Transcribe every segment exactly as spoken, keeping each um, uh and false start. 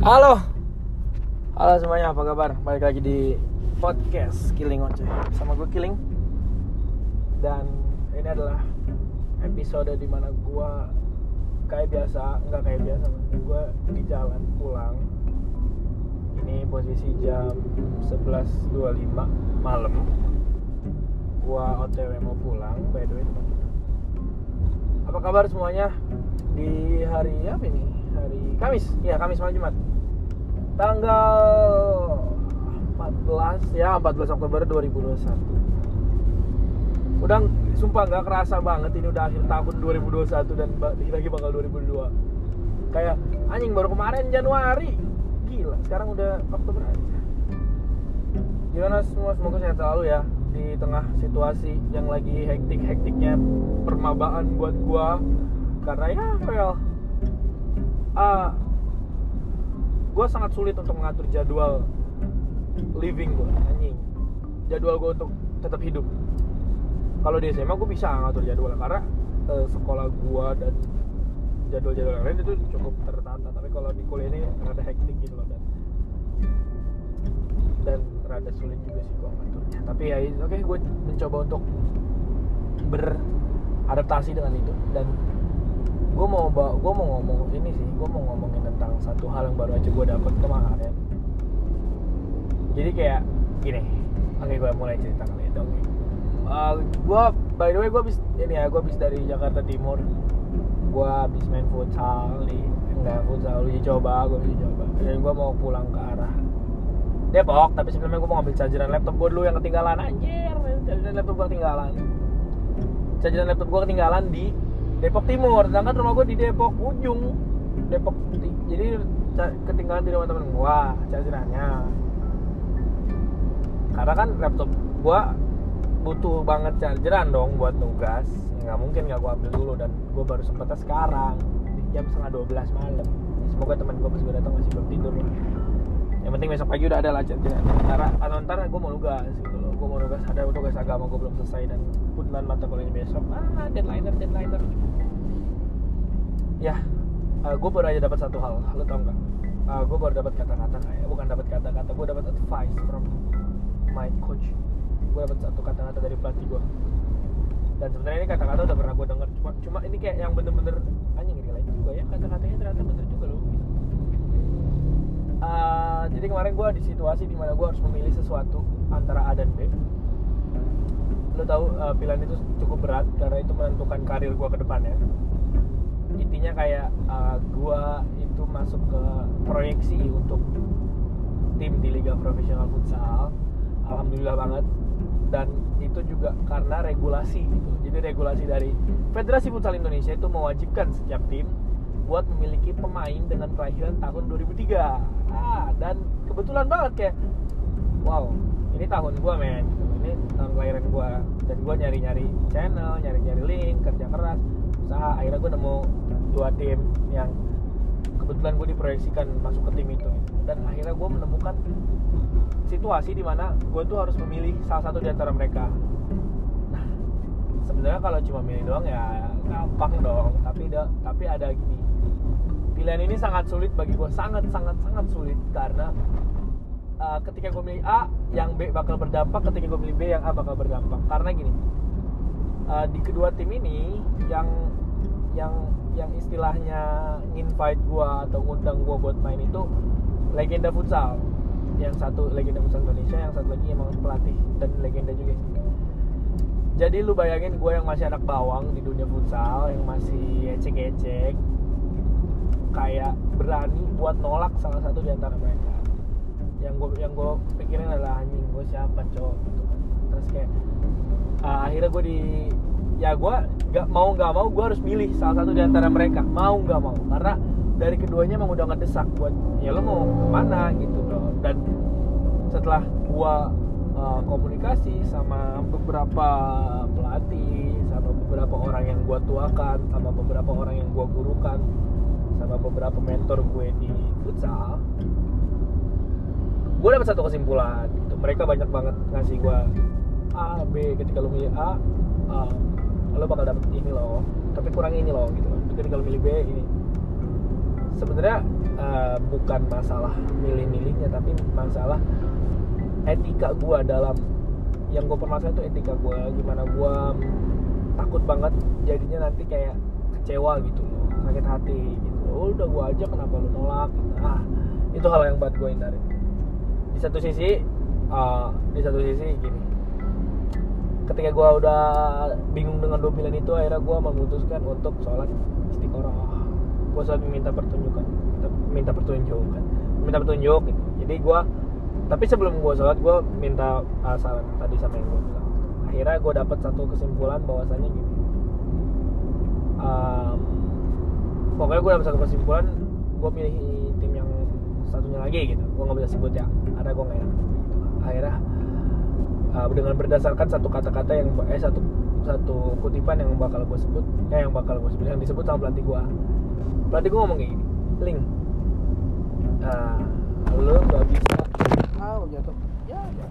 Halo, halo semuanya, apa kabar? Balik lagi di podcast Killing Oce sama gue Killing. Dan ini adalah episode dimana gue kayak biasa, nggak kayak biasa, gue di jalan pulang. Ini posisi jam sebelas dua puluh lima malam. Gue O T W mau pulang, by the way teman-teman. Apa kabar semuanya di hari apa ini? Hari Kamis, ya Kamis malam Jumat. Tanggal empat belas ya empat belas Oktober dua ribu dua puluh satu. Udah sumpah nggak kerasa banget ini udah akhir tahun dua ribu dua puluh satu dan lagi bakal dua ribu dua puluh dua. Kayak anjing baru kemarin Januari. Gila, sekarang udah Oktober aja. Gimana semua, semoga sehat selalu ya di tengah situasi yang lagi hektik-hektiknya permabaan buat gua. Karena ya well uh, gue sangat sulit untuk mengatur jadwal living gue, anjing. Jadwal gue untuk tetap hidup. Kalau di S M A gue bisa ngatur jadwal karena uh, sekolah gue dan jadwal-jadwal yang lain itu cukup tertata. Tapi kalau di kuliah ini rada hektik gitu loh, dan dan rada sulit juga sih gue ngaturnya. Tapi ya oke, okay, gue mencoba untuk beradaptasi dengan itu. Dan gue mau gue mau ngomong ini sih, gue mau ngomongin tentang satu hal yang baru aja gue dapet kemarin. Jadi kayak gini, oke gue mulai cerita kali ya dong. Uh, gue by the way gue habis ini ya, gue habis dari Jakarta Timur. Gue habis main futsal di enggak futsal uji coba, gue uji coba. Dan gue mau pulang ke arah Depok, tapi sebelumnya gue mau ngambil chargeran laptop gue dulu yang ketinggalan. Anjir, chargeran laptop gue ketinggalan. Chargeran laptop gue ketinggalan di Depok Timur, sedangkan rumah gue di Depok ujung Depok, jadi ketinggalan di rumah temen gue chargerannya. Karena kan laptop gue butuh banget chargeran dong buat nugas, ya nggak mungkin nggak gue ambil dulu. Dan gue baru sempetnya sekarang di jam setengah dua belas malam. Semoga teman gue pas gue datang masih belum tidur lah. Yang penting besok pagi udah ada lah chargeran. Ntar atau ntar gue mau nugas gitu loh. Gue mau nugas, ada tugas agama gue belum selesai dan punten mata kuliahnya besok. Ah, deadliner, deadliner. Ya, uh, gue baru aja dapat satu hal. Lo tau nggak? Uh, gue baru dapat kata-kata kayak, bukan dapat kata-kata, gue dapat advice from my coach. Gue dapat satu kata-kata dari pelatih gue. Dan sebenarnya ini kata-kata udah pernah gue dengar. Cuma, cuma ini kayak yang bener-bener anjing relate juga ya. Kata-katanya ternyata bener juga loh. Uh, jadi kemarin gue di situasi dimana gue harus memilih sesuatu antara A dan B. Lo tahu uh, pilihan itu cukup berat karena itu menentukan karir gue ke depannya. Intinya kayak uh, gue itu masuk ke proyeksi untuk tim di Liga Profesional Futsal. Alhamdulillah banget. Dan itu juga karena regulasi gitu. Jadi regulasi dari Federasi Futsal Indonesia itu mewajibkan setiap tim buat memiliki pemain dengan kelahiran tahun dua ribu tiga. Ah, dan kebetulan banget kayak wow, ini tahun gue men, ini tahun kelahiran gue. Dan gue nyari-nyari channel, nyari-nyari link, kerja keras, usaha. Akhirnya gue nemu dua tim yang kebetulan gue diproyeksikan masuk ke tim itu. Dan akhirnya gue menemukan situasi di mana gue tuh harus memilih salah satu di antara mereka. Nah, sebenarnya kalau cuma milih doang ya gampang dong, tapi da, tapi ada gini. Pilihan ini sangat sulit bagi gue, sangat sangat sangat sulit karena uh, ketika gue milih A, yang B bakal berdampak. Ketika gue milih B, yang A bakal berdampak. Karena gini, uh, di kedua tim ini yang yang yang istilahnya invite gue atau ngundang gue buat main itu legenda futsal. Yang satu legenda futsal Indonesia, yang satu lagi emang pelatih dan legenda juga. Jadi lu bayangin gue yang masih anak bawang di dunia futsal, yang masih ecek-ecek, kayak berani buat nolak salah satu di antara mereka. Yang gue yang gue pikirin adalah anjing, gue siapa cowok gitu kan. Terus kayak uh, akhirnya gue di ya gue nggak mau nggak mau gue harus milih salah satu di antara mereka, mau nggak mau, karena dari keduanya emang udah ngedesak buat ya lo mau kemana gitu loh. Dan setelah gue uh, komunikasi sama beberapa pelatih, sama beberapa orang yang gue tuakan, sama beberapa orang yang gue gurukan, sama beberapa mentor gue di futsal, gue dapat satu kesimpulan gitu. Mereka banyak banget ngasih gue A, B. Ketika lo milih A, uh, lo bakal dapet ini loh, tapi kurang ini loh gitu loh. Ketika lo milih B, ini sebenarnya uh, bukan masalah milih-milihnya, tapi masalah etika gue dalam yang gue permasalahin itu etika gue, gimana gue takut banget jadinya nanti kayak kecewa gitu loh, sakit hati gitu loh. Udah gue aja kenapa lu nolak gitu. Ah, itu hal yang buat gue hindari. Di satu sisi uh, di satu sisi gini, ketika gue udah bingung dengan dua pilihan itu, akhirnya gue memutuskan untuk sholat istiqoroh. Gue selalu minta pertunjukan, minta pertunjuk kan, minta petunjuk gitu. Jadi gue, tapi sebelum gue sholat gue minta uh, saran tadi sama yang gue bilang. Akhirnya gue dapat satu kesimpulan bahwasannya gini, um, pokoknya gue dapat satu kesimpulan, gue pilih tim yang satunya lagi gitu. Gue nggak bisa sebut ya, karena gue nggak enak gitu. Akhirnya uh, dengan berdasarkan satu kata-kata yang eh satu satu kutipan yang bakal gue sebut, eh yang bakal gue sebut yang disebut sama pelatih gue. Pelatih gue ngomong kayak gini, Ling, uh, lo nggak bisa, ah jatuh, ya jatuh.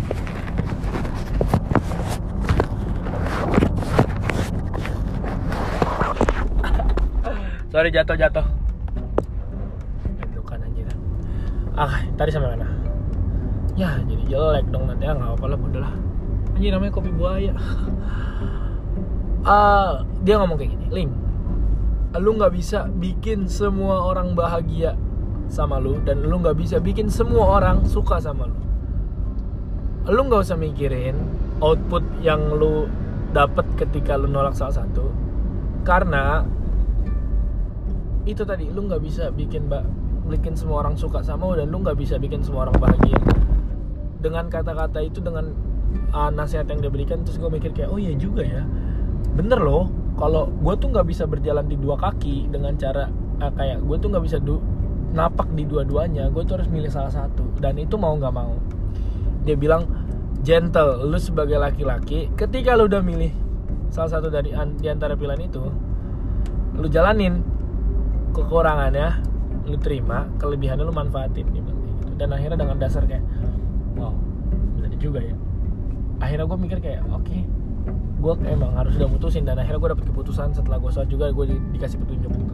Sorry jatuh-jatuh. Itu kan anjir. Ah, tadi sampai mana? Ya, jadi jelek dong nanti. Ya enggak apa-apa lah, bodoh lah. Anjir namanya kopi buaya. Ah, uh, dia ngomong kayak gini, Ling, lu enggak bisa bikin semua orang bahagia sama lu, dan lu enggak bisa bikin semua orang suka sama lu. Lu enggak usah mikirin output yang lu dapat ketika lu nolak salah satu, karena itu tadi, lu nggak bisa bikin mbak bikin semua orang suka sama lu, dan lu nggak bisa bikin semua orang bahagia. Dengan kata-kata itu, dengan uh, nasihat yang dia berikan, terus gue mikir kayak, oh iya juga ya, bener loh. Kalau gue tuh nggak bisa berjalan di dua kaki dengan cara uh, kayak gue tuh nggak bisa du- napak di dua-duanya. Gue tuh harus milih salah satu, dan itu mau nggak mau. Dia bilang, gentle, lu sebagai laki-laki, ketika lu udah milih salah satu dari an- di antara pilihan itu, lu jalanin. Kekurangannya lu terima, kelebihannya lu manfaatin gitu. Dan akhirnya dengan dasar kayak, wow, benar juga ya. Akhirnya gue mikir kayak, oke, okay, gue emang harus udah mutusin. Dan akhirnya gue dapet keputusan setelah gue sholat juga, gue di, dikasih petunjuk gitu.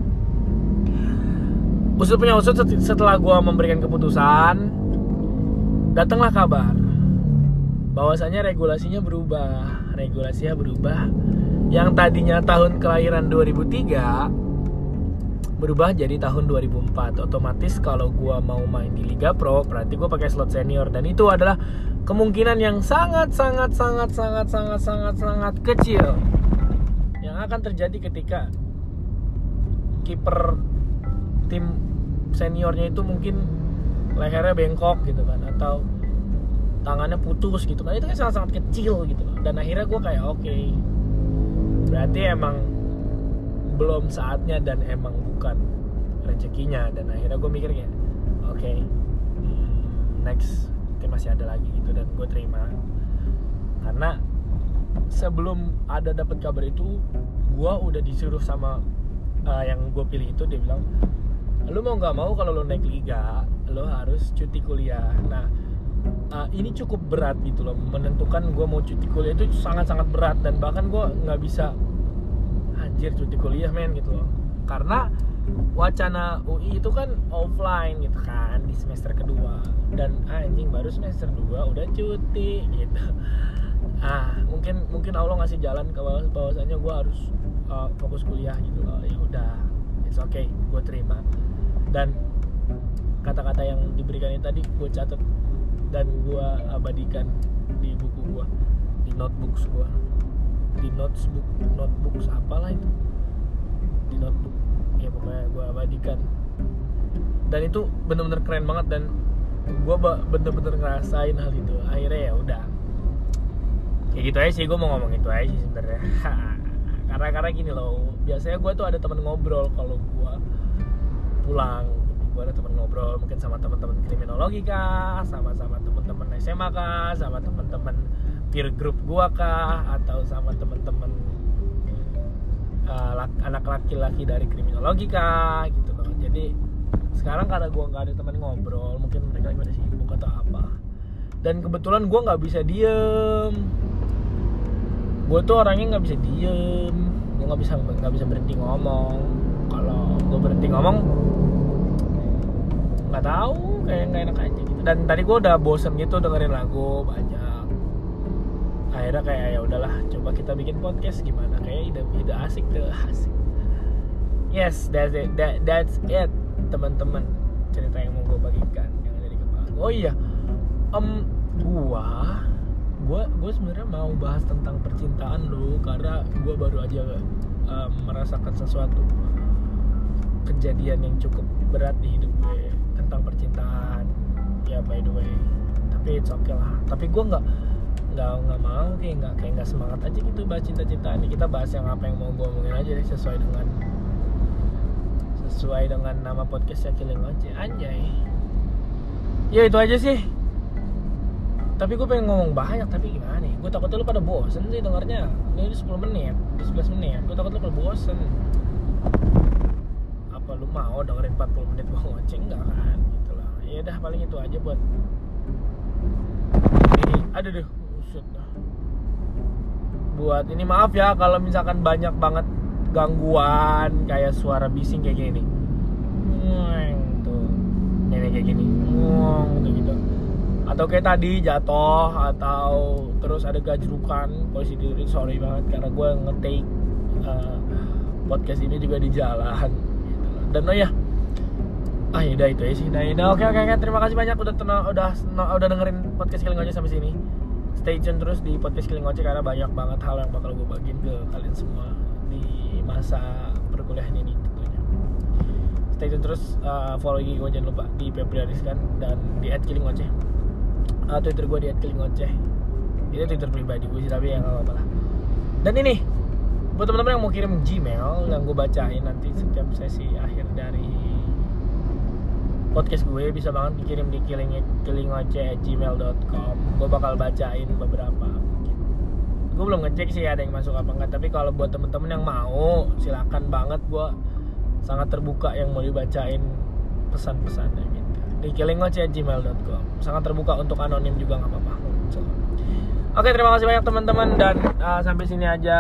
Usut punya usut, setelah gue memberikan keputusan, datanglah kabar bahwasanya regulasinya berubah. Regulasinya berubah. Yang tadinya tahun kelahiran dua ribu tiga berubah jadi tahun dua ribu empat. Otomatis kalau gue mau main di Liga Pro, berarti gue pakai slot senior, dan itu adalah kemungkinan yang sangat sangat sangat sangat sangat sangat sangat kecil yang akan terjadi ketika kiper tim seniornya itu mungkin lehernya bengkok gitu kan, atau tangannya putus gitu kan. Itu kan sangat sangat kecil gitu loh. Dan akhirnya gue kayak, oke, okay, berarti emang belum saatnya dan emang bukan rezekinya. Dan akhirnya gue mikir kayak, oke, okay, hmm, next mungkin masih ada lagi gitu, dan gue terima. Karena sebelum ada dapat kabar itu, gue udah disuruh sama uh, yang gue pilih itu, dia bilang, lu mau nggak mau kalau lu naik liga, lu harus cuti kuliah. Nah, uh, ini cukup berat gitu loh, menentukan gue mau cuti kuliah itu sangat sangat berat. Dan bahkan gue nggak bisa anjir cuti kuliah men gitu loh, karena wacana U I itu kan offline gitu kan di semester kedua, dan anjing baru semester dua udah cuti gitu. Ah mungkin mungkin Allah ngasih jalan ke bawah, bahwasanya gue harus uh, fokus kuliah gitu loh. Ya udah, it's okay, gue terima. Dan kata-kata yang diberikan ini tadi gue catat dan gue abadikan di buku gue, di notebooks gue, di notebook notebooks apalah itu, di notebook ya pokoknya gue abadikan. Dan itu bener-bener keren banget, dan gue bener-bener ngerasain hal itu. Akhirnya ya udah, kayak gitu aja sih. Gue mau ngomong itu aja sih sebenarnya. karena karena gini loh, biasanya gue tuh ada teman ngobrol kalau gue pulang. Gue ada teman ngobrol mungkin sama teman-teman kriminologi kah, sama-sama teman-teman S M A kah, sama teman-teman peer group gua kah, atau sama teman-teman uh, anak laki-laki dari kriminologi kah gitu loh. Jadi sekarang karena gua nggak ada teman ngobrol, mungkin mereka lagi pada sibuk atau apa, dan kebetulan gua nggak bisa diem. Gua tuh orangnya nggak bisa diem, gua nggak bisa nggak bisa berhenti ngomong. Kalau gua berhenti ngomong, nggak tahu, kayak nggak enak aja gitu. Dan tadi gue udah bosen gitu dengerin lagu banyak. Akhirnya kayak ya udahlah, coba kita bikin podcast gimana, kayak ide ide asik tuh, asik. Yes, that's it, that, that's it teman-teman, cerita yang mau gue bagikan yang ada di kepala. Oh iya, um, gua gua gue sebenarnya mau bahas tentang percintaan lo, karena gue baru aja um, merasakan sesuatu kejadian yang cukup berat di hidup gue tentang percintaan. Ya by the way, tapi it's okay lah. Tapi gue nggak nggak nggak mau kayak nggak kayak nggak semangat aja gitu bahas cinta-cintaan. Ini kita bahas yang apa yang mau gue omongin aja deh, sesuai dengan sesuai dengan nama podcastnya Killing Oce, anjay. Ya itu aja sih. Tapi gue pengen ngomong banyak, tapi gimana nih? Gue takutnya lu pada bosen sih dengarnya. Ini udah sepuluh menit, udah sebelas menit. Gue takut lu pada bosen. Apa lu mau dengerin empat puluh menit gue ngoceng? Enggak kan? Gitu lah. Ya udah paling itu aja buat ini. Aduh deh, usut dah. Buat ini maaf ya kalau misalkan banyak banget gangguan kayak suara bising kayak gini. Ngeng tuh. Ini kayak gini. Ngong gitu. Atau kayak tadi jatuh, atau terus ada gajrukan. Posisi diri, sorry banget karena gue nge-take uh, podcast ini juga di jalan gitu. Dan oh ya, ah yaudah itu aja sih. Nah, yaudah, oke oke oke. Terima kasih banyak udah tenang, udah udah dengerin podcast Killing Oce sampai sini. Stay tune terus di podcast Killing Oce karena banyak banget hal yang bakal gue bagiin ke kalian semua di masa perkuliahan ini tentunya. Stay tune terus, uh, follow I G gue jangan lupa di Februaris kan, dan di at killing oce. Uh, Twitter gue di at killing oce. Itu Twitter pribadi gue sih, tapi ya nggak apa-apa lah. Dan ini buat teman-teman yang mau kirim Gmail yang gue bacain nanti setiap sesi akhir dari podcast gue, bisa banget dikirim di killing killingoce at gmail dot com. Gue bakal bacain beberapa. Gue belum ngecek sih ada yang masuk apa enggak, tapi kalau buat temen-temen yang mau silakan banget, gue sangat terbuka yang mau dibacain pesan-pesannya gitu di killingoce at gmail dot com. Sangat terbuka untuk anonim juga nggak apa-apa. So, oke, terima kasih banyak teman-teman, dan uh, sampai sini aja.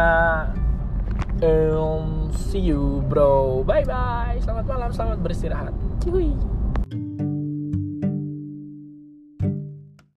Um, see you bro, bye bye, selamat malam, selamat beristirahat. Cuy.